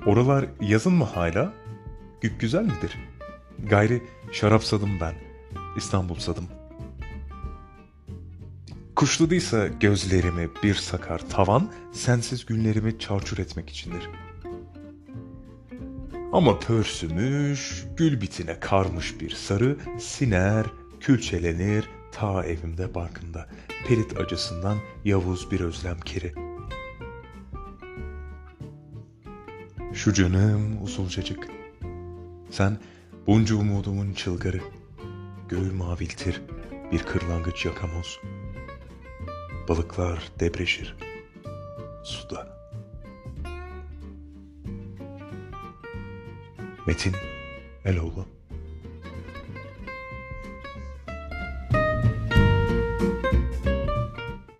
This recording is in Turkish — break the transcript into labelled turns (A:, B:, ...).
A: Oralar yazın mı hala? Gük güzel midir? Gayri şarapsadım ben, İstanbulsadım. Kuşladıysa gözlerimi bir sakar tavan, sensiz günlerimi çarçur etmek içindir. Ama pörsümüş, gül bitine karmış bir sarı, siner, külçelenir, ta evimde barkında, perit acısından yavuz bir özlem keri. Şu canım usulcacık, sen bunca umudumun çılgarı, göğü maviltir bir kırlangıç yakamoz. Balıklar debreşir suda. Metin Eloğlu.